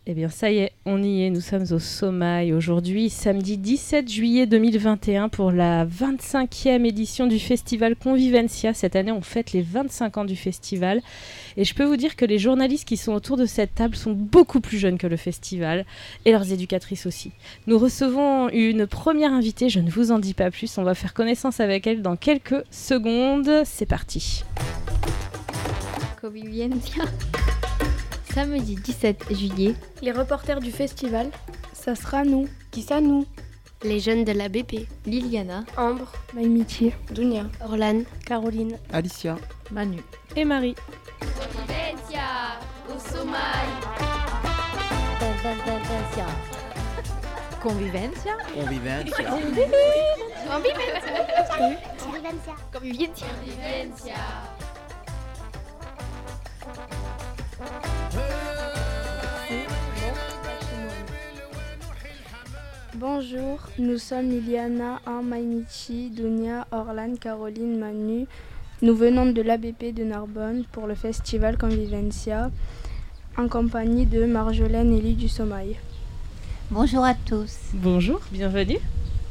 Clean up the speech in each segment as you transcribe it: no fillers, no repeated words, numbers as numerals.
Eh bien ça y est, on y est, nous sommes au Somail aujourd'hui, samedi 17 juillet 2021 pour la 25e édition du festival Convivencia. Cette année on fête les 25 ans du festival et je peux vous dire que les journalistes qui sont autour de cette table sont beaucoup plus jeunes que le festival et leurs éducatrices aussi. Nous recevons une première invitée, je ne vous en dis pas plus, on va faire connaissance avec elle dans quelques secondes. C'est parti. Convivencia. Samedi 17 juillet. Les reporters du festival, ça sera nous. Qui ça nous? Les jeunes de la BP. Liliana, Ambre, Maïmitié, Dounia, Orlan, Caroline, Alicia, Manu Et Marie. Convivencia au Somail. Convivencia. Convivencia. Convivencia. Bonjour, nous sommes Liliana, Maïmichi, Dounia, Orlan, Caroline, Manu. Nous venons de l'ABP de Narbonne pour le festival Convivencia en compagnie de Marjolaine Elie du Somail. Bonjour à tous. Bonjour, bienvenue.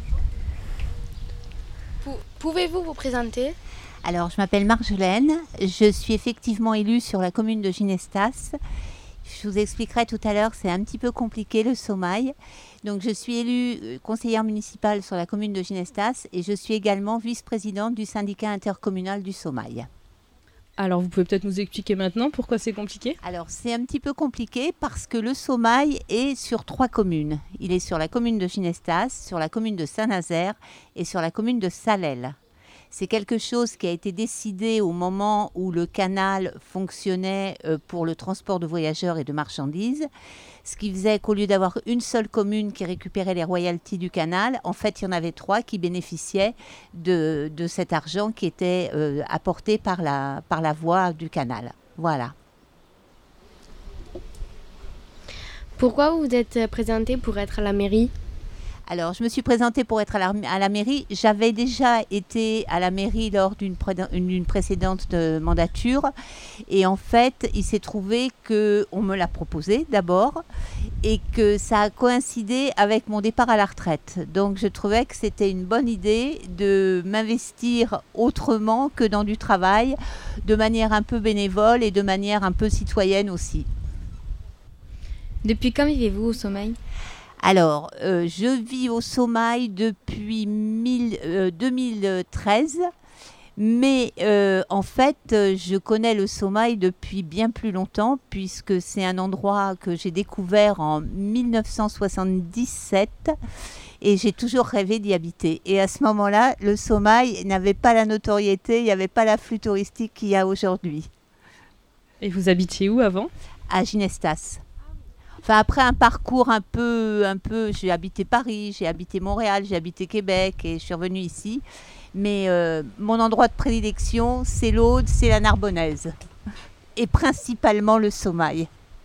Pouvez-vous vous présenter? Alors, je m'appelle Marjolaine. Je suis effectivement élue sur la commune de Ginestas. Je vous expliquerai tout à l'heure, c'est un petit peu compliqué le Somail. Donc, je suis élue conseillère municipale sur la commune de Ginestas et je suis également vice-présidente du syndicat intercommunal du Somail. Alors, vous pouvez peut-être nous expliquer maintenant pourquoi c'est compliqué? Alors, c'est un petit peu compliqué parce que le Somail est sur 3 communes. Il est sur la commune de Ginestas, sur la commune de Saint-Nazaire et sur la commune de Salelles. C'est quelque chose qui a été décidé au moment où le canal fonctionnait pour le transport de voyageurs et de marchandises. Ce qui faisait qu'au lieu d'avoir une seule commune qui récupérait les royalties du canal, en fait, il y en avait 3 qui bénéficiaient de cet argent qui était apporté par la voie du canal. Voilà. Pourquoi vous vous êtes présentée pour être à la mairie? Alors, je me suis présentée pour être à la mairie. J'avais déjà été à la mairie lors d'une précédente mandature. Et en fait, il s'est trouvé qu'on me l'a proposé d'abord et que ça a coïncidé avec mon départ à la retraite. Donc, je trouvais que c'était une bonne idée de m'investir autrement que dans du travail, de manière un peu bénévole et de manière un peu citoyenne aussi. Depuis quand vivez-vous au Somail? Alors, je vis au Somail depuis 2013, mais en fait, je connais le Somail depuis bien plus longtemps, puisque c'est un endroit que j'ai découvert en 1977 et j'ai toujours rêvé d'y habiter. Et à ce moment-là, le Somail n'avait pas la notoriété, il n'y avait pas l'afflux touristique qu'il y a aujourd'hui. Et vous habitiez où avant? À Ginestas. Enfin, après un parcours un peu, j'ai habité Paris, j'ai habité Montréal, j'ai habité Québec et je suis revenue ici. Mais mon endroit de prédilection, c'est l'Aude, c'est la Narbonnaise. Et principalement le Somail.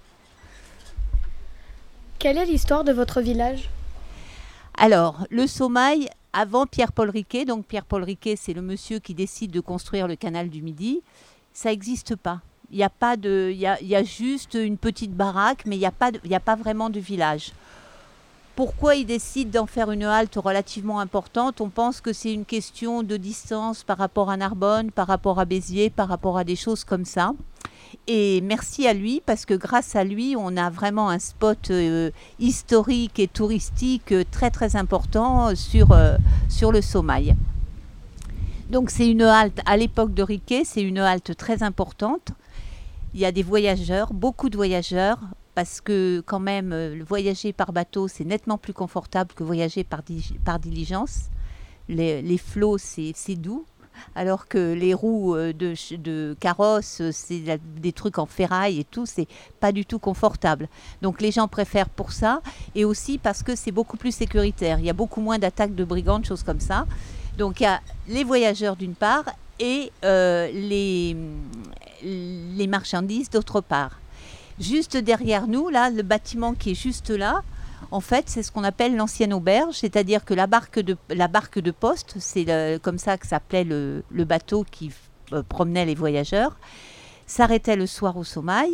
Quelle est l'histoire de votre village? Alors, le Somail, avant Pierre-Paul Riquet, donc Pierre-Paul Riquet, c'est le monsieur qui décide de construire le canal du Midi, ça n'existe pas. Il y a juste une petite baraque, mais il n'y a pas vraiment de village. Pourquoi ils décident d'en faire une halte relativement importante? On pense que c'est une question de distance par rapport à Narbonne, par rapport à Béziers, par rapport à des choses comme ça. Et merci à lui, parce que grâce à lui, on a vraiment un spot historique et touristique très très important sur le Somail. Donc c'est une halte, à l'époque de Riquet, c'est une halte très importante. Il y a des voyageurs, beaucoup de voyageurs, parce que quand même, voyager par bateau, c'est nettement plus confortable que voyager par diligence. Les flots, c'est doux, alors que les roues de carrosse, c'est des trucs en ferraille et tout, c'est pas du tout confortable. Donc les gens préfèrent pour ça, et aussi parce que c'est beaucoup plus sécuritaire. Il y a beaucoup moins d'attaques de brigands, de choses comme ça. Donc il y a les voyageurs d'une part, et les marchandises d'autre part. Juste derrière nous, là, le bâtiment qui est juste là, en fait, c'est ce qu'on appelle l'ancienne auberge, c'est-à-dire que la barque de poste, c'est comme ça que s'appelait le bateau qui promenait les voyageurs, s'arrêtait le soir au Somail.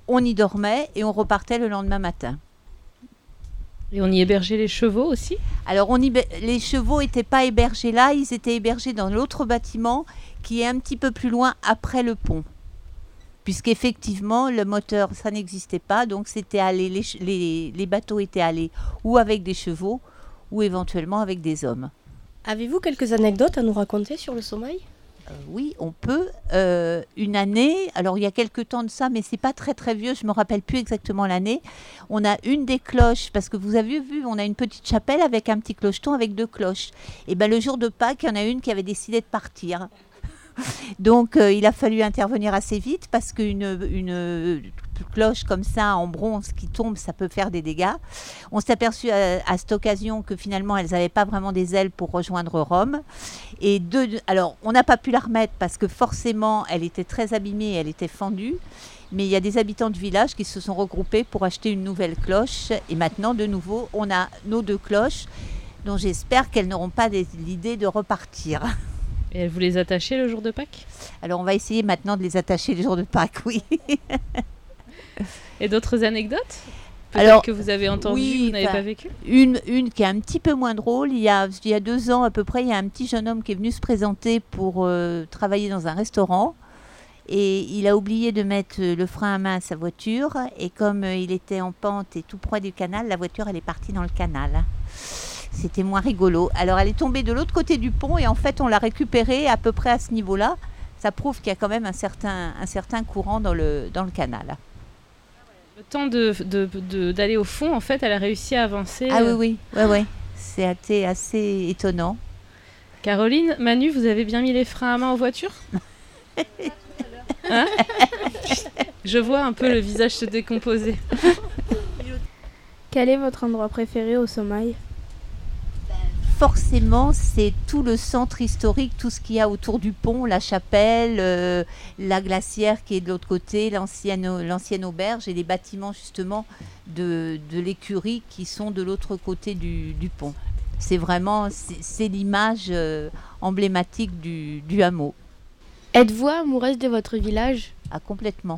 on y dormait et on repartait le lendemain matin. Et on y hébergeait les chevaux aussi? Alors, les chevaux n'étaient pas hébergés là, ils étaient hébergés dans l'autre bâtiment qui est un petit peu plus loin après le pont. Puisqu'effectivement, le moteur, ça n'existait pas, donc c'était les bateaux étaient allés ou avec des chevaux ou éventuellement avec des hommes. Avez-vous quelques anecdotes à nous raconter sur le Somaï ? Oui, on peut. Une année, alors il y a quelques temps de ça, mais c'est pas très très vieux, je me rappelle plus exactement l'année. On a une des cloches, parce que vous avez vu, on a une petite chapelle avec un petit clocheton avec 2 cloches. Et ben le jour de Pâques, il y en a une qui avait décidé de partir. Donc il a fallu intervenir assez vite parce qu'une cloche comme ça en bronze qui tombe, ça peut faire des dégâts. On s'est aperçu à cette occasion que finalement elles n'avaient pas vraiment des ailes pour rejoindre Rome. Et alors on n'a pas pu la remettre parce que forcément elle était très abîmée, elle était fendue. Mais il y a des habitants du village qui se sont regroupés pour acheter une nouvelle cloche. Et maintenant de nouveau on a nos 2 cloches dont j'espère qu'elles n'auront pas l'idée de repartir. Et vous les attachez le jour de Pâques? Alors, on va essayer maintenant de les attacher le jour de Pâques, oui. Et d'autres anecdotes? Alors, que vous avez entendues, vous n'avez pas vécu? Une qui est un petit peu moins drôle. Il y a 2 ans à peu près, il y a un petit jeune homme qui est venu se présenter pour travailler dans un restaurant. Et il a oublié de mettre le frein à main à sa voiture. Et comme il était en pente et tout près du canal, la voiture, elle est partie dans le canal. C'était moins rigolo. Alors, elle est tombée de l'autre côté du pont et en fait, on l'a récupérée à peu près à ce niveau-là. Ça prouve qu'il y a quand même un certain courant dans le canal. Le temps d'aller au fond, en fait, elle a réussi à avancer. Ah oui. C'est assez étonnant. Caroline, Manu, vous avez bien mis les freins à main aux voitures? Hein? Je vois un peu le visage se décomposer. Quel est votre endroit préféré au Somaï? Forcément, c'est tout le centre historique, tout ce qu'il y a autour du pont, la chapelle, la glacière qui est de l'autre côté, l'ancienne auberge et les bâtiments justement de l'écurie qui sont de l'autre côté du pont. C'est vraiment c'est l'image emblématique du hameau. Êtes-vous amoureuse de votre village? Ah, complètement.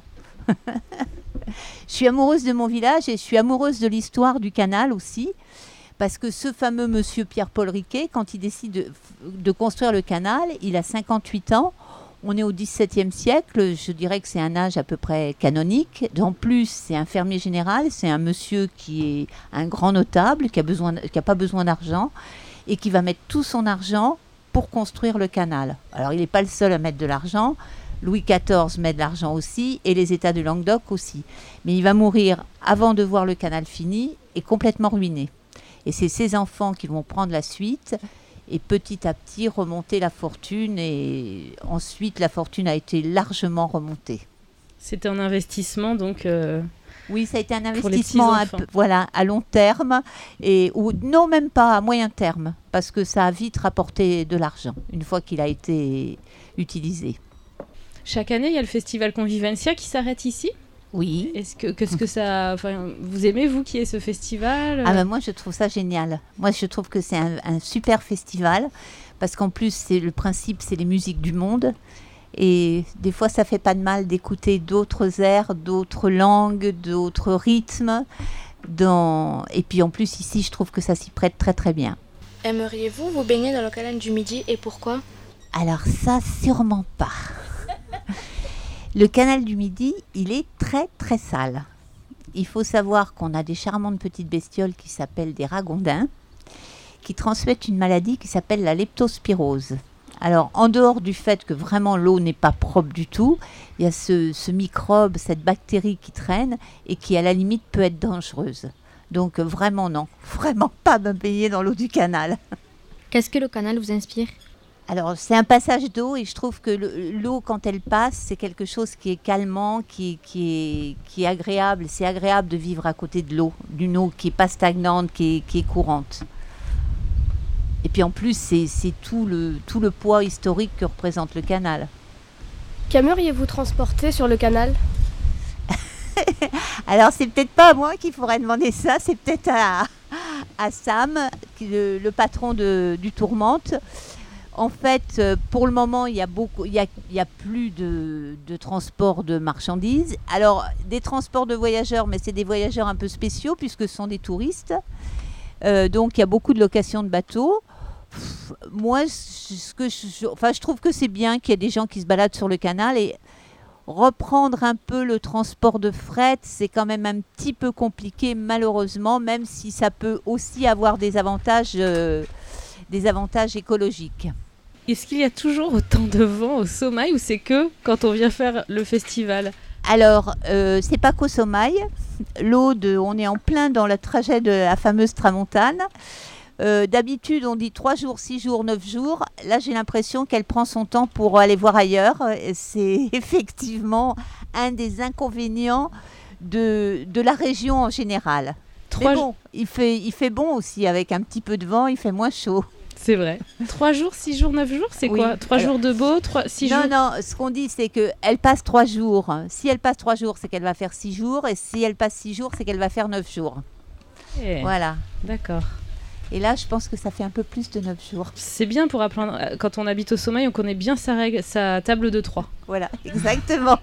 Je suis amoureuse de mon village et je suis amoureuse de l'histoire du canal aussi. Parce que ce fameux monsieur Pierre-Paul Riquet, quand il décide de construire le canal, il a 58 ans. On est au XVIIe siècle. Je dirais que c'est un âge à peu près canonique. En plus, c'est un fermier général. C'est un monsieur qui est un grand notable, qui a pas besoin d'argent et qui va mettre tout son argent pour construire le canal. Alors, il n'est pas le seul à mettre de l'argent. Louis XIV met de l'argent aussi et les États du Languedoc aussi. Mais il va mourir avant de voir le canal fini et complètement ruiné. Et c'est ses enfants qui vont prendre la suite et petit à petit remonter la fortune. Et ensuite, la fortune a été largement remontée. C'était un investissement donc oui, ça a été un investissement à long terme. Non, même pas à moyen terme. Parce que ça a vite rapporté de l'argent une fois qu'il a été utilisé. Chaque année, il y a le festival Convivencia qui s'arrête ici? Oui. Qu'est-ce que ça... Enfin, vous aimez, vous, qui est ce festival? Ah ben moi, je trouve ça génial. Moi, je trouve que c'est un super festival parce qu'en plus, le principe, c'est les musiques du monde. Et des fois, ça fait pas de mal d'écouter d'autres airs, d'autres langues, d'autres rythmes. Et puis, en plus, ici, je trouve que ça s'y prête très, très bien. Aimeriez-vous vous baigner dans le canal du Midi et pourquoi? Alors ça, sûrement pas. Le canal du Midi, il est très très sale. Il faut savoir qu'on a des charmantes petites bestioles qui s'appellent des ragondins, qui transmettent une maladie qui s'appelle la leptospirose. Alors, en dehors du fait que vraiment l'eau n'est pas propre du tout, il y a ce microbe, cette bactérie qui traîne et qui à la limite peut être dangereuse. Donc vraiment non, vraiment pas me baigner dans l'eau du canal. Qu'est-ce que le canal vous inspire? Alors, c'est un passage d'eau et je trouve que l'eau, quand elle passe, c'est quelque chose qui est calmant, qui est agréable. C'est agréable de vivre à côté de l'eau, d'une eau qui n'est pas stagnante, qui est courante. Et puis en plus, c'est tout le poids historique que représente le canal. Qu'aimeriez-vous transporter sur le canal? Alors, c'est peut-être pas à moi qu'il faudrait demander ça, c'est peut-être à Sam, le patron du Tourmente. En fait, pour le moment, il y a plus de transport de marchandises. Alors, des transports de voyageurs, mais c'est des voyageurs un peu spéciaux puisque ce sont des touristes. Donc, il y a beaucoup de locations de bateaux. Moi, je trouve que c'est bien qu'il y ait des gens qui se baladent sur le canal et reprendre un peu le transport de fret, c'est quand même un petit peu compliqué, malheureusement, même si ça peut aussi avoir des avantages écologiques. Est-ce qu'il y a toujours autant de vent au Somaï ou c'est que quand on vient faire le festival ? Alors, c'est pas qu'au Somaï. On est en plein dans le trajet de la fameuse Tramontane. D'habitude, on dit 3 jours, 6 jours, 9 jours. Là, j'ai l'impression qu'elle prend son temps pour aller voir ailleurs. C'est effectivement un des inconvénients de la région en général. Mais bon, il fait bon aussi. Avec un petit peu de vent, il fait moins chaud. C'est vrai. 3 jours, 6 jours, 9 jours, c'est quoi ? 3 jours de beau, 6 jours ? Non, ce qu'on dit, c'est qu'elle passe 3 jours. Si elle passe 3 jours, c'est qu'elle va faire 6 jours. Et si elle passe 6 jours, c'est qu'elle va faire 9 jours. Voilà. D'accord. Et là, je pense que ça fait un peu plus de 9 jours. C'est bien pour apprendre. Quand on habite au Somaï, on connaît bien sa table de 3. Voilà, exactement.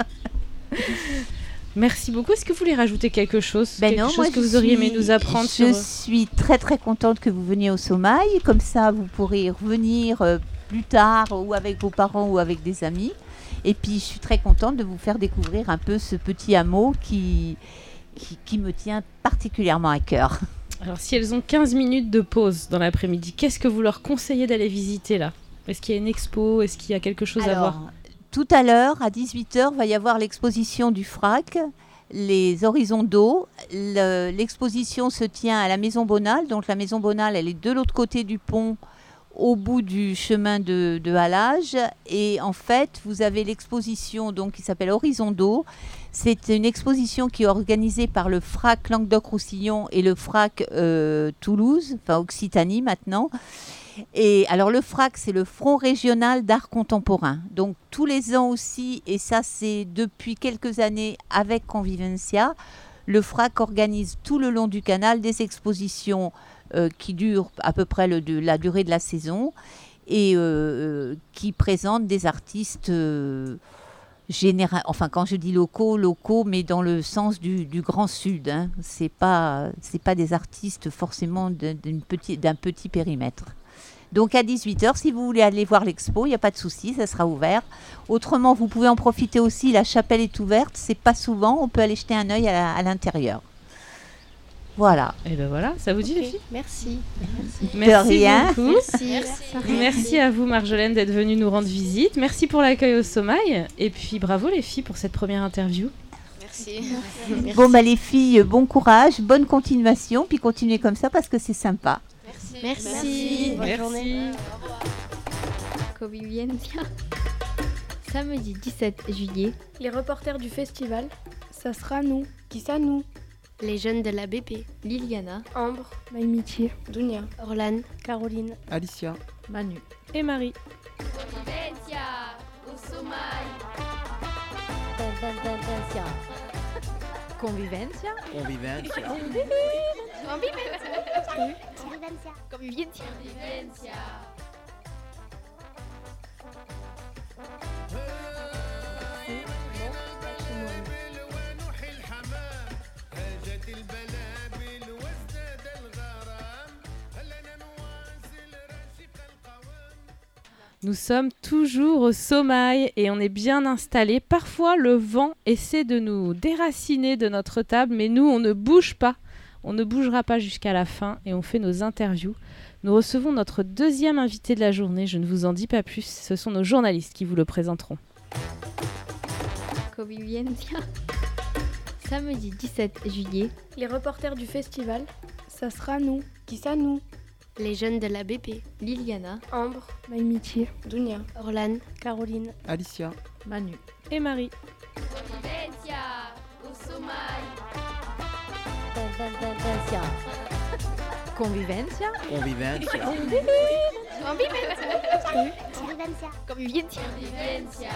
Merci beaucoup. Est-ce que vous voulez rajouter quelque chose ? Quelque chose que vous auriez aimé nous apprendre Je suis très très contente que vous veniez au Somaï. Comme ça, vous pourrez y revenir plus tard ou avec vos parents ou avec des amis. Et puis, je suis très contente de vous faire découvrir un peu ce petit hameau qui me tient particulièrement à cœur. Alors, si elles ont 15 minutes de pause dans l'après-midi, qu'est-ce que vous leur conseillez d'aller visiter là ? Est-ce qu'il y a une expo ? Est-ce qu'il y a quelque chose à voir ? Tout à l'heure, à 18h, va y avoir l'exposition du FRAC, les horizons d'eau. L'exposition se tient à la Maison Bonal. Donc la Maison Bonal, elle est de l'autre côté du pont, au bout du chemin de halage. Et en fait, vous avez l'exposition donc, qui s'appelle Horizons d'eau. C'est une exposition qui est organisée par le FRAC Languedoc-Roussillon et le FRAC Toulouse, enfin Occitanie maintenant. Et alors le FRAC, c'est le Front régional d'art contemporain. Donc tous les ans aussi, et ça c'est depuis quelques années avec Convivencia, le FRAC organise tout le long du canal des expositions qui durent à peu près la durée de la saison et qui présentent des artistes enfin quand je dis locaux, mais dans le sens du Grand Sud. Hein. C'est pas des artistes forcément d'un petit périmètre. Donc à 18h, si vous voulez aller voir l'expo, il n'y a pas de souci, ça sera ouvert. Autrement, vous pouvez en profiter aussi, la chapelle est ouverte, c'est pas souvent, on peut aller jeter un œil à l'intérieur. Voilà. Et ben voilà, ça vous dit les filles ? Merci. Merci beaucoup. Merci. Merci à vous Marjolaine d'être venue nous rendre visite. Merci pour l'accueil au Somaï. Et puis bravo les filles pour cette première interview. Merci. Bon les filles, bon courage, bonne continuation, puis continuez comme ça parce que c'est sympa. Merci. Bonne journée. Convivencia. Samedi 17 juillet. Les reporters du festival, ça sera nous. Qui ça nous ? Les jeunes de la BP. Liliana. Ambre, Maïmiti, Dounia, Orlan. Caroline. Alicia. Manu. Et Marie. Convivencia au Somaï. Convivencia. Convivencia. Nous sommes toujours au Somaï et on est bien installés. Parfois, le vent essaie de nous déraciner de notre table, mais nous, on ne bouge pas. On ne bougera pas jusqu'à la fin et on fait nos interviews. Nous recevons notre deuxième invité de la journée. Je ne vous en dis pas plus. Ce sont nos journalistes qui vous le présenteront. Convivencia. Samedi 17 juillet. Les reporters du festival, ça sera nous. Qui ça nous ? Les jeunes de la BP. Liliana. Ambre, Maïmiti, Dounia, Orlan. Caroline. Alicia. Manu. Et Marie. Convivencia au Somaï. Convivencia. Convivencia. Convivencia.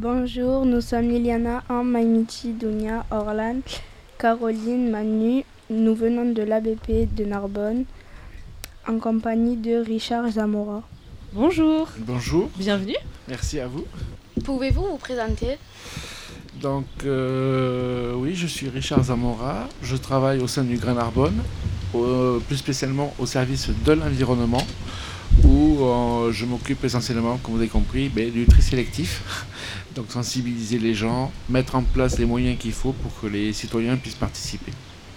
Bonjour, nous sommes Liliana, Anne, Maïmiti, Dunia, Orlan, Caroline, Manu. Nous venons de l'ABP de Narbonne en compagnie de Richard Zamora. Bonjour, Bonjour, bienvenue. merci à vous. Pouvez-vous vous présenter? Donc, oui, je suis Richard Zamora. Je travaille au sein du Grand Narbonne, plus spécialement au service de l'environnement, où je m'occupe essentiellement, comme vous avez compris, du tri sélectif. Donc, sensibiliser les gens, mettre en place les moyens qu'il faut pour que les citoyens puissent participer.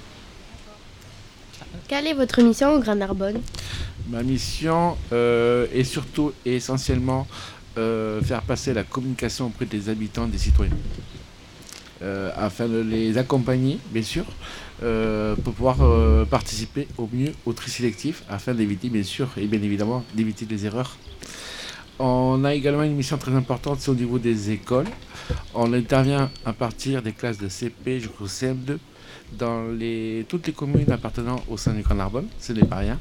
Quelle est votre mission au Grand Narbonne? Ma mission est surtout et essentiellement faire passer la communication auprès des habitants, des citoyens, afin de les accompagner, bien sûr, pour pouvoir participer au mieux au tri sélectif, afin d'éviter, bien sûr, et bien évidemment, d'éviter les erreurs. On a également une mission très importante, c'est au niveau des écoles. On intervient à partir des classes de CP jusqu'au CM2 dans toutes les communes appartenant au sein du Grand Narbonne, ce n'est pas rien.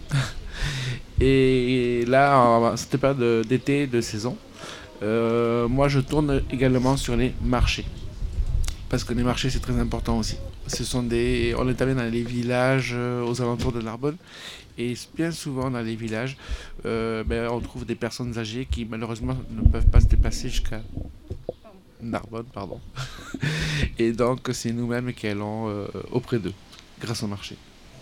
Et là, en cette période d'été, de saison, moi je tourne également sur les marchés. Parce que les marchés c'est très important aussi. On intervient dans les villages aux alentours de Narbonne. Et bien souvent dans les villages, on trouve des personnes âgées qui malheureusement ne peuvent pas se déplacer jusqu'à Narbonne, pardon. Et donc c'est nous-mêmes qui allons auprès d'eux, grâce au marché.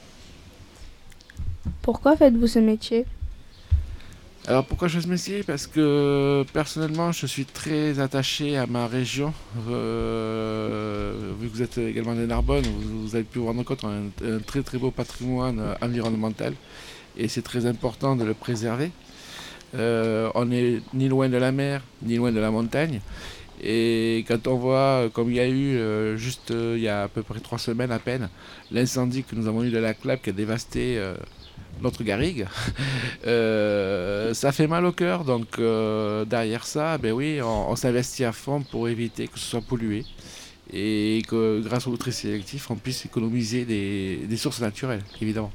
Pourquoi faites-vous ce métier? Alors pourquoi je fais ce métier? Parce que personnellement je suis très attaché à ma région. Vu que vous êtes également de Narbonne, vous avez pu vous rendre compte qu'on a un très très beau patrimoine environnemental et c'est très important de le préserver. On n'est ni loin de la mer, ni loin de la montagne. Et quand on voit, comme il y a eu juste il y a à peu près 3 semaines à peine, l'incendie que nous avons eu de la Clappe qui a dévasté notre garrigue, ça fait mal au cœur. Donc derrière ça, on s'investit à fond pour éviter que ce soit pollué et que grâce au tri sélectif, on puisse économiser des sources naturelles, évidemment.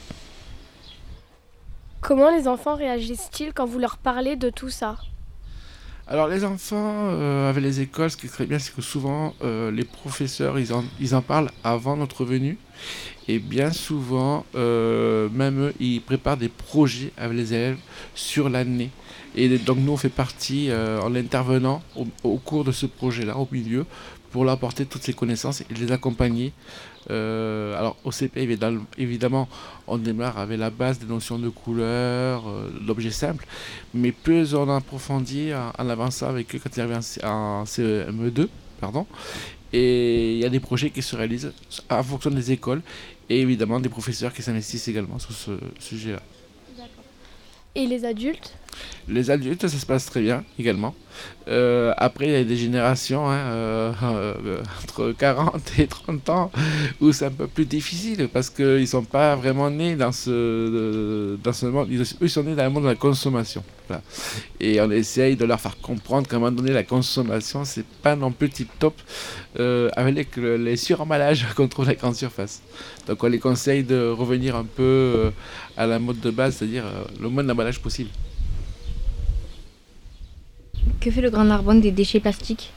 Comment les enfants réagissent-ils quand vous leur parlez de tout ça? Alors les enfants, avec les écoles, ce qui est très bien, c'est que souvent les professeurs, ils en parlent avant notre venue. Et bien souvent, même eux, ils préparent des projets avec les élèves sur l'année. Et donc nous, on fait partie, en intervenant au cours de ce projet-là, au milieu, pour leur apporter toutes ces connaissances et les accompagner. Alors au CP, évidemment, on démarre avec la base des notions de couleur, l'objet simple, mais plus on approfondit en avançant avec eux quand ils arrivent en CM2, pardon. Et il y a des projets qui se réalisent en fonction des écoles et évidemment des professeurs qui s'investissent également sur ce sujet-là. Et les adultes? Les adultes, ça se passe très bien également. Après, il y a des générations entre 40 et 30 ans où c'est un peu plus difficile parce qu'ils ne sont pas vraiment nés dans ce monde. Ils sont nés dans le monde de la consommation. Voilà. Et on essaye de leur faire comprendre qu'à un moment donné, la consommation, c'est pas non plus tip-top avec les suremballages qu'on trouve à la grande surface. Donc on les conseille de revenir un peu à la mode de base, c'est-à-dire le moins d'emballage possible. Que fait le Grand Narbonne des déchets plastiques?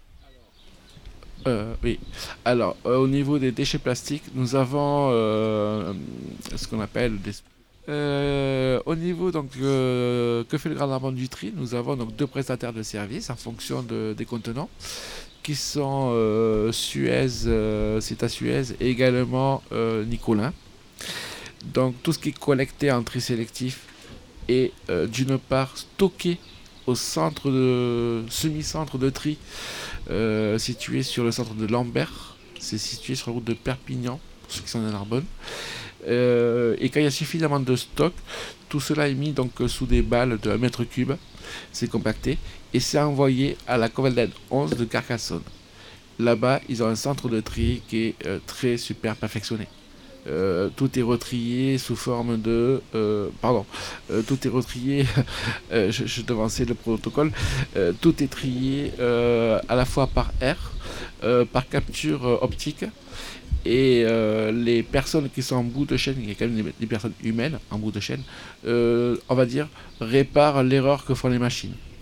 Oui. Alors, au niveau des déchets plastiques, nous avons ce qu'on appelle au niveau donc que fait le Grand Narbonne du tri, nous avons donc 2 prestataires de services en fonction des contenants qui sont Suez, Cita Suez et également Nicolin. Donc tout ce qui est collecté en tri sélectif est d'une part stocké au semi-centre de tri situé sur le centre de Lambert. C'est situé sur la route de Perpignan, pour ceux qui sont de Narbonne. Et quand il y a suffisamment de stock, tout cela est mis donc sous des balles de 1 mètre cube. C'est compacté et c'est envoyé à la Covalden 11 de Carcassonne. Là-bas, ils ont un centre de tri qui est très super perfectionné. Tout est retrié sous forme de... tout est retrié, je devançais le protocole, tout est trié à la fois par air, par capture optique, et les personnes qui sont en bout de chaîne, il y a quand même des personnes humaines en bout de chaîne, on va dire, réparent l'erreur que font les machines.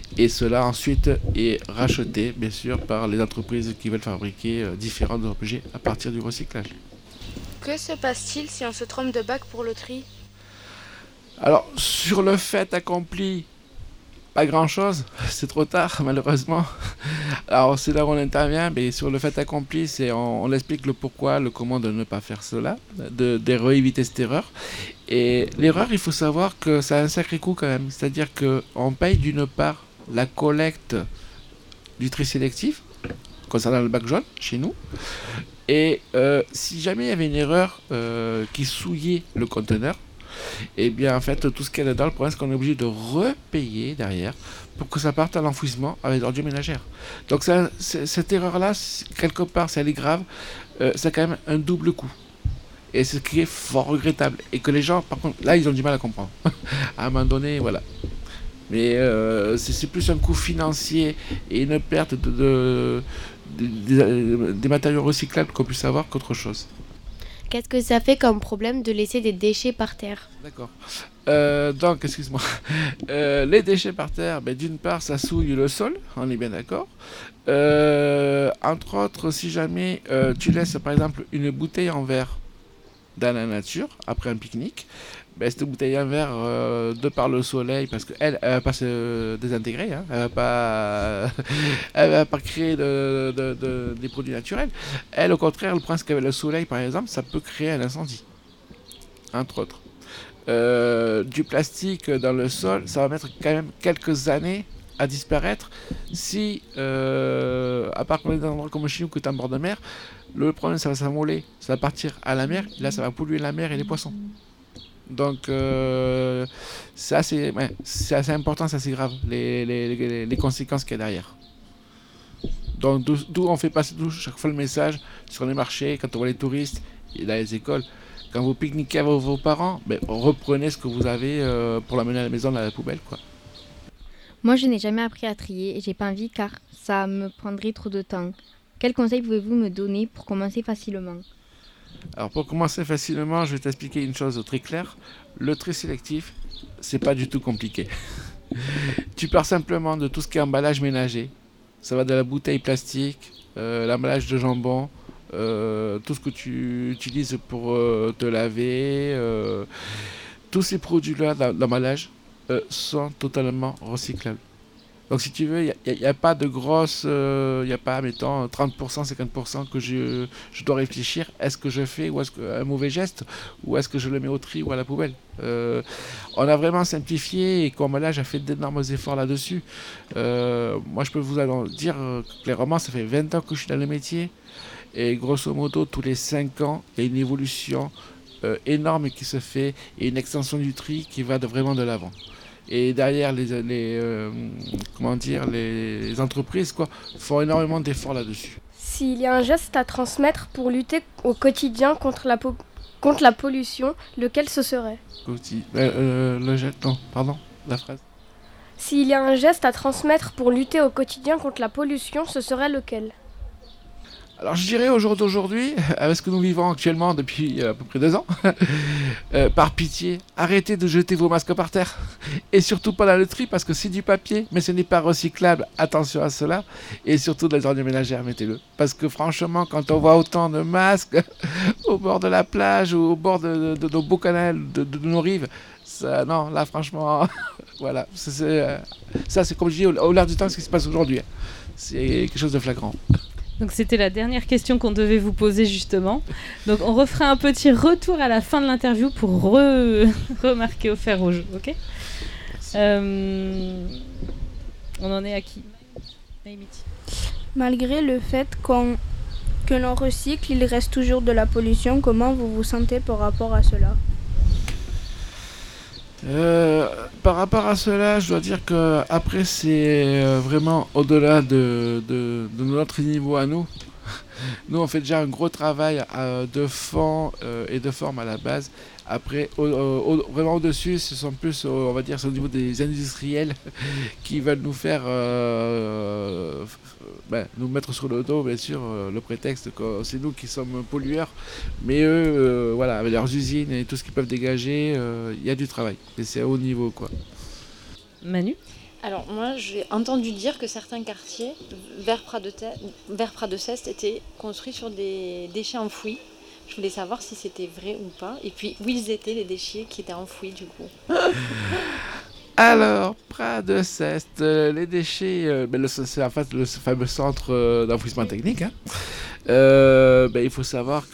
Et cela ensuite est racheté, bien sûr, par les entreprises qui veulent fabriquer différents objets à partir du recyclage. Que se passe-t-il si on se trompe de bac pour le tri? Alors, sur le fait accompli, pas grand-chose, c'est trop tard, malheureusement. Alors, c'est là où on intervient, mais sur le fait accompli, on explique le pourquoi, le comment de ne pas faire cela, de éviter cette erreur. Et l'erreur, il faut savoir que ça a un sacré coût quand même. C'est-à-dire qu'on paye d'une part la collecte du tri sélectif, concernant le bac jaune, chez nous. Et si jamais il y avait une erreur qui souillait le conteneur, et bien en fait tout ce qu'il y a dedans, le problème c'est qu'on est obligé de repayer derrière pour que ça parte à l'enfouissement avec l'ordure ménagère. Donc cette erreur-là, quelque part, si elle est grave, c'est quand même un double coût. Et ce qui est fort regrettable. Et que les gens, par contre, là, ils ont du mal à comprendre. À un moment donné, voilà. Mais c'est plus un coût financier et une perte des matériaux recyclables qu'on puisse avoir qu'autre chose. Qu'est-ce que ça fait comme problème de laisser des déchets par terre? D'accord. Donc, excuse-moi. Les déchets par terre, d'une part, ça souille le sol, on est bien d'accord. Entre autres, si jamais tu laisses, par exemple, une bouteille en verre dans la nature, après un pique-nique, cette bouteille en verre, de par le soleil, parce qu'elle ne va pas se désintégrer, hein, elle va pas créer des produits naturels. Elle, au contraire, le problème, c'est qu'avec le soleil, par exemple, ça peut créer un incendie, entre autres. Du plastique dans le sol, ça va mettre quand même quelques années à disparaître si, à part qu'on est dans un endroit comme chez nous, que tu es en bord de mer, le problème, ça va s'ammoler, ça va partir à la mer, et là, ça va polluer la mer et les poissons. Donc, c'est assez important, c'est assez grave, les conséquences qu'il y a derrière. Donc, d'où on fait passer chaque fois le message sur les marchés, quand on voit les touristes, et dans les écoles, quand vous pique-niquez avec vos parents, reprenez ce que vous avez pour l'amener à la maison, dans la poubelle, quoi. Moi, je n'ai jamais appris à trier et j'ai pas envie car ça me prendrait trop de temps. Quels conseils pouvez-vous me donner pour commencer facilement ? Alors pour commencer facilement, je vais t'expliquer une chose très claire. Le tri sélectif, c'est pas du tout compliqué. Tu pars simplement de tout ce qui est emballage ménager. Ça va de la bouteille plastique, l'emballage de jambon, tout ce que tu utilises pour te laver. Tous ces produits-là d'emballage sont totalement recyclables. Donc si tu veux, il n'y a pas de grosse, il n'y a pas, mettons, 30%, 50% que je dois réfléchir, est-ce que je fais ou est-ce que, un mauvais geste, ou est-ce que je le mets au tri ou à la poubelle. On a vraiment simplifié et Coemballage a fait d'énormes efforts là-dessus. Moi je peux vous dire clairement, ça fait 20 ans que je suis dans le métier et grosso modo tous les 5 ans, il y a une évolution énorme qui se fait et une extension du tri qui va vraiment de l'avant. Et derrière, les entreprises font énormément d'efforts là-dessus. S'il y a un geste à transmettre pour lutter au quotidien contre la pollution, lequel ce serait ? Le geste, non, pardon, la phrase. S'il y a un geste à transmettre pour lutter au quotidien contre la pollution, ce serait lequel ? Alors je dirais au jour d'aujourd'hui, avec ce que nous vivons actuellement depuis à peu près 2 ans, par pitié, arrêtez de jeter vos masques par terre. Et surtout pas dans le tri parce que c'est du papier, mais ce n'est pas recyclable. Attention à cela. Et surtout dans les ordures ménagères, mettez-le. Parce que franchement, quand on voit autant de masques au bord de la plage ou au bord de nos beaux canals, de nos rives, ça, non, là franchement, voilà. Ça c'est comme je dis, au large du temps, ce qui se passe aujourd'hui. C'est quelque chose de flagrant. Donc c'était la dernière question qu'on devait vous poser justement. Donc on refera un petit retour à la fin de l'interview pour remarquer au fer rouge, ok ? On en est à qui ? Naïmiti. Malgré le fait que l'on recycle, il reste toujours de la pollution. Comment vous vous sentez par rapport à cela ? Par rapport à cela, je dois dire que après c'est vraiment au-delà de notre niveau à nous. Nous on fait déjà un gros travail de fond et de forme à la base. Après, vraiment au-dessus, ce sont plus, on va dire, c'est au niveau des industriels qui veulent nous faire, nous mettre sur le dos, bien sûr, le prétexte que c'est nous qui sommes pollueurs. Mais eux, voilà, avec leurs usines et tout ce qu'ils peuvent dégager, il y a du travail. Et c'est à haut niveau, quoi. Manu ? Alors moi j'ai entendu dire que certains quartiers vers Pradeceste étaient construits sur des déchets enfouis. Je voulais savoir si c'était vrai ou pas. Et puis où ils étaient les déchets qui étaient enfouis du coup. Alors, Pradeceste, les déchets, c'est en fait le fameux centre d'enfouissement technique. Hein. Il faut savoir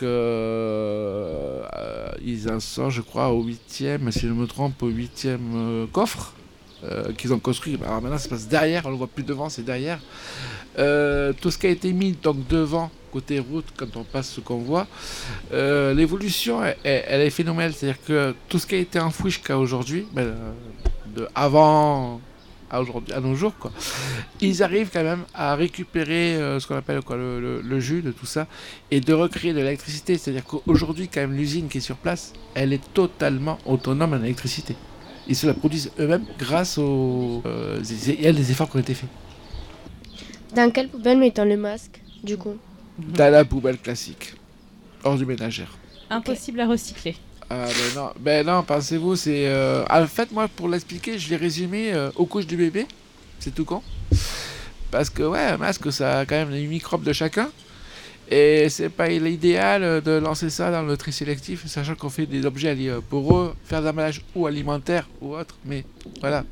que ils en sont, je crois, au 8e, si je ne me trompe, au 8e coffre qu'ils ont construit. Alors maintenant, ça se passe derrière, on ne le voit plus devant, c'est derrière. Tout ce qui a été mis donc devant, côté route, quand on passe ce qu'on voit, l'évolution, elle est phénoménale. C'est-à-dire que tout ce qui a été enfoui jusqu'à aujourd'hui, de avant à aujourd'hui, à nos jours, quoi, ils arrivent quand même à récupérer ce qu'on appelle le jus de tout ça et de recréer de l'électricité. C'est-à-dire qu'aujourd'hui, quand même, l'usine qui est sur place, elle est totalement autonome en électricité. Ils se la produisent eux-mêmes grâce aux... il y a des efforts qui ont été faits. Dans quelle poubelle mettons le masque, du coup? Dans la poubelle classique, hors du ménagère. Impossible à recycler. Ah ben non, pensez-vous, c'est... En fait, moi, pour l'expliquer, je l'ai résumé aux couches du bébé. C'est tout con. Parce que, ouais, un masque, ça a quand même les microbes de chacun. Et c'est pas l'idéal de lancer ça dans le tri sélectif, sachant qu'on fait des objets pour eux, faire de l'emballage ou alimentaire ou autre. Mais voilà.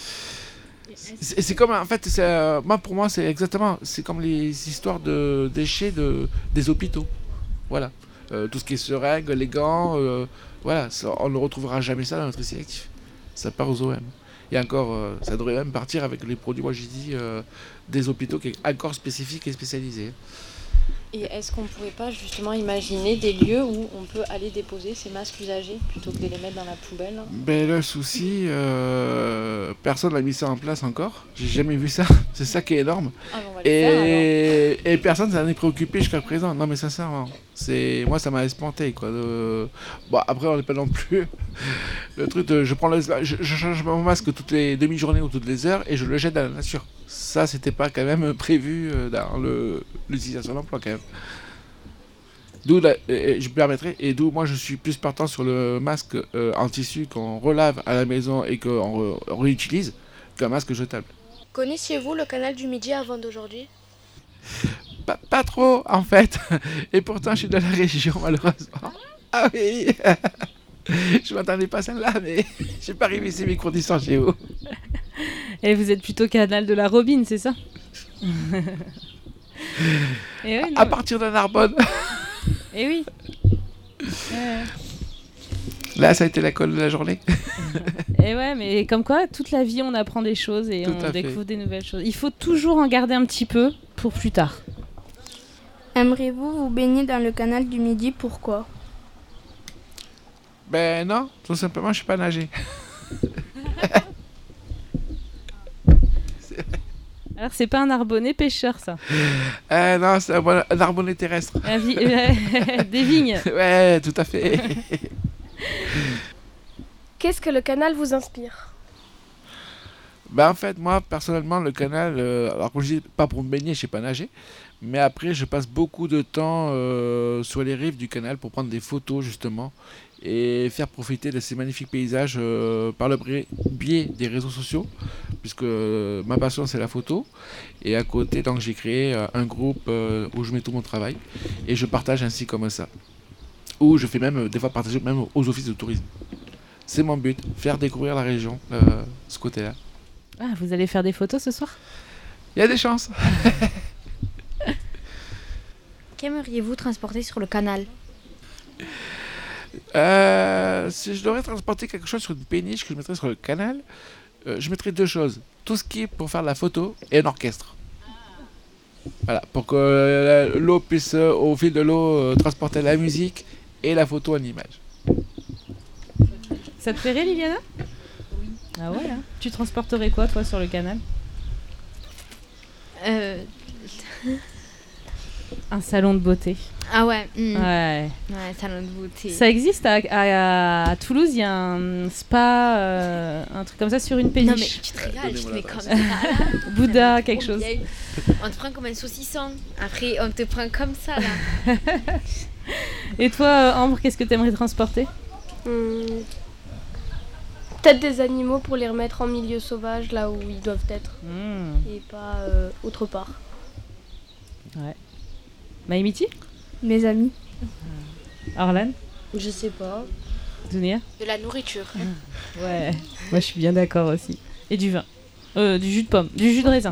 C'est comme, en fait, moi, pour moi, c'est exactement... C'est comme les histoires de déchets des hôpitaux. Voilà. Tout ce qui est seringues, les gants, voilà, ça, on ne retrouvera jamais ça dans notre tri sélectif. Ça part aux OM. Et encore, ça devrait même partir avec les produits, moi j'ai dit, des hôpitaux qui est encore spécifiques et spécialisés. Et est-ce qu'on ne pourrait pas justement imaginer des lieux où on peut aller déposer ces masques usagés plutôt que de les mettre dans la poubelle? Ben le souci, personne n'a mis ça en place encore. J'ai jamais vu ça. C'est ça qui est énorme. Ah, bon, on va le faire, alors. Et personne s'en est préoccupé jusqu'à présent. Non mais sincèrement, moi ça m'a espanté quoi. Bon après on n'est pas non plus le truc de je change mon masque toutes les demi-journées ou toutes les heures et je le jette dans la nature. Ça c'était pas quand même prévu dans l'utilisation de l'emploi quand même. D'où je me permettrai, et d'où moi je suis plus partant sur le masque en tissu qu'on relave à la maison et qu'on réutilise qu'un masque jetable. Connaissiez-vous le canal du Midi avant d'aujourd'hui? Pas trop en fait, et pourtant je suis de la région malheureusement. Ah oui. Je m'attendais pas à celle-là, mais j'ai pas révisé mes cours d'histoire géo. Et vous êtes plutôt canal de la Robine, c'est ça? Et oui, à partir de Narbonne. Et oui. Là, ça a été la colle de la journée. Et ouais, mais comme quoi, toute la vie, on apprend des choses et on découvre des nouvelles choses. Il faut toujours en garder un petit peu pour plus tard. Aimeriez-vous vous baigner dans le canal du Midi? Pourquoi? Ben non, tout simplement, je sais pas nager. Alors, c'est pas un Narbonnais pêcheur, ça? Non, c'est un Narbonnais terrestre. Des vignes. Ouais, tout à fait. Qu'est-ce que le canal vous inspire? Ben en fait, moi, personnellement, le canal, alors comme je dis, pas pour me baigner, je sais pas nager, mais après, je passe beaucoup de temps sur les rives du canal pour prendre des photos, justement, et faire profiter de ces magnifiques paysages par le biais des réseaux sociaux, puisque ma passion, c'est la photo. Et à côté, donc, j'ai créé un groupe où je mets tout mon travail, et je partage ainsi comme ça. Ou je fais même, des fois, partager même aux offices de tourisme. C'est mon but, faire découvrir la région, ce côté-là. Ah, vous allez faire des photos ce soir? Il y a des chances. Qu'aimeriez-vous transporter sur le canal? Si je devrais transporter quelque chose sur une péniche que je mettrais sur le canal, je mettrais deux choses. Tout ce qui est pour faire de la photo et un orchestre. Voilà, pour que l'eau puisse, au fil de l'eau, transporter la musique et la photo en image. Ça te plairait, Liliana? Oui. Ah ouais, hein. Tu transporterais quoi, toi, sur le canal? Un salon de beauté. Ah ouais. Ouais, salon de beauté. Ça existe à Toulouse, il y a un spa, un truc comme ça sur une péniche. Non mais tu te régales, tu te mets comme ça. Bouddha, quelque chose. On te prend comme un saucisson. Après, on te prend comme ça là. Et toi, Ambre, qu'est-ce que tu aimerais transporter? peut-être des animaux pour les remettre en milieu sauvage, là où ils doivent être, et pas autre part. Ouais. Maïmiti? Mes amis. Orlan? Je sais pas. Dunia? De la nourriture. Ouais, moi je suis bien d'accord aussi. Et du vin. Du jus de pomme, du jus de raisin.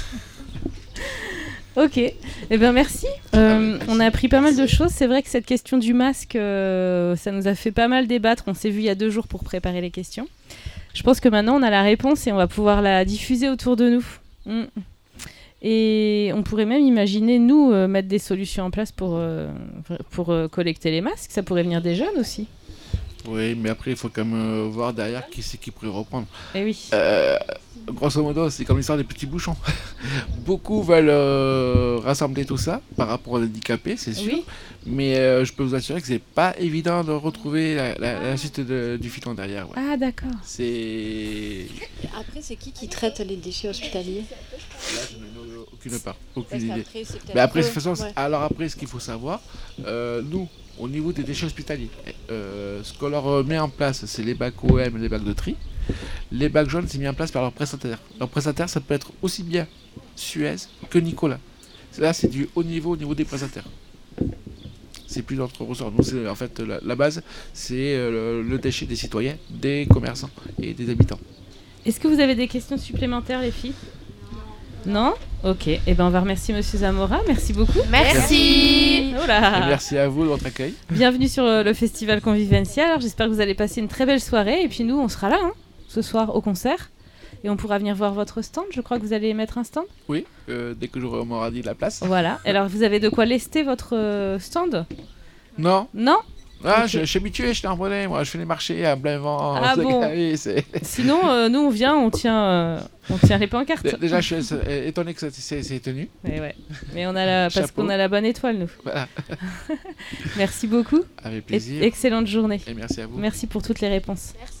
Ok, eh bien merci. On a appris pas mal de choses. C'est vrai que cette question du masque, ça nous a fait pas mal débattre. On s'est vu il y a 2 jours pour préparer les questions. Je pense que maintenant on a la réponse et on va pouvoir la diffuser autour de nous. Et on pourrait même imaginer, nous, mettre des solutions en place pour collecter les masques. Ça pourrait venir des jeunes aussi. Oui, mais après, il faut quand même voir derrière qui c'est qui pourrait reprendre. Eh oui. Grosso modo, c'est comme l'histoire des petits bouchons. Beaucoup veulent rassembler tout ça par rapport aux handicapés, c'est sûr. Oui. Mais je peux vous assurer que c'est pas évident de retrouver la suite du filon derrière. Ouais. Ah, d'accord. C'est... Après, c'est qui traite les déchets hospitaliers? Là, je n'en ai aucune part, aucune Parce idée. qu'après, c'est peut-être Mais après, de eux, toute façon, ouais. alors après, ce qu'il faut savoir, nous, au niveau des déchets hospitaliers, ce qu'on leur met en place, c'est les bacs OM, les bacs de tri. Les bacs jaunes, c'est mis en place par leurs prestataires. Leurs prestataires, ça peut être aussi bien Suez que Nicolas. Là, c'est du haut niveau au niveau des prestataires. C'est plus notre ressort. Nous, c'est, en fait, la base, c'est le déchet des citoyens, des commerçants et des habitants. Est-ce que vous avez des questions supplémentaires, les filles? Non? Ok. Eh ben, on va remercier Monsieur Zamora. Merci beaucoup. Merci. Oh là. Et merci à vous de votre accueil. Bienvenue sur le festival Convivencia. Alors, j'espère que vous allez passer une très belle soirée. Et puis nous, on sera là ce soir au concert. Et on pourra venir voir votre stand. Je crois que vous allez mettre un stand. Oui, dès que on m'aura dit la place. Voilà. Alors, vous avez de quoi lester votre stand? Non. Non? Ah, Okay. je suis habitué, je suis en Bretagne, moi je fais les marchés à plein vent. Ah bon. Sinon, nous on vient, on tient les pancartes. Déjà, je suis étonné que c'est tenu. Ouais. Mais on a parce qu'on a la bonne étoile, nous. Voilà. Merci beaucoup. Avec plaisir. Excellente journée. Et merci à vous. Merci pour toutes les réponses. Merci.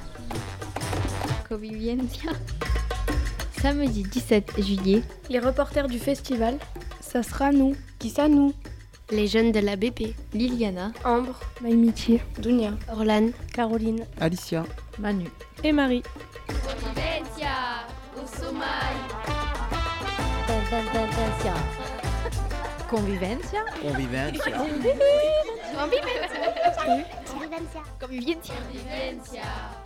Convivencia. Samedi 17 juillet. Les reporters du festival. Ça sera nous. Qui ça, nous? Les jeunes de l'ABP. Liliana. Ambre. Maïmiti. Dunia. Orlan. Caroline. Alicia. Manu. Et Marie. Convivencia au sommeil. Convivencia. Convivencia. Convivencia. Convivencia.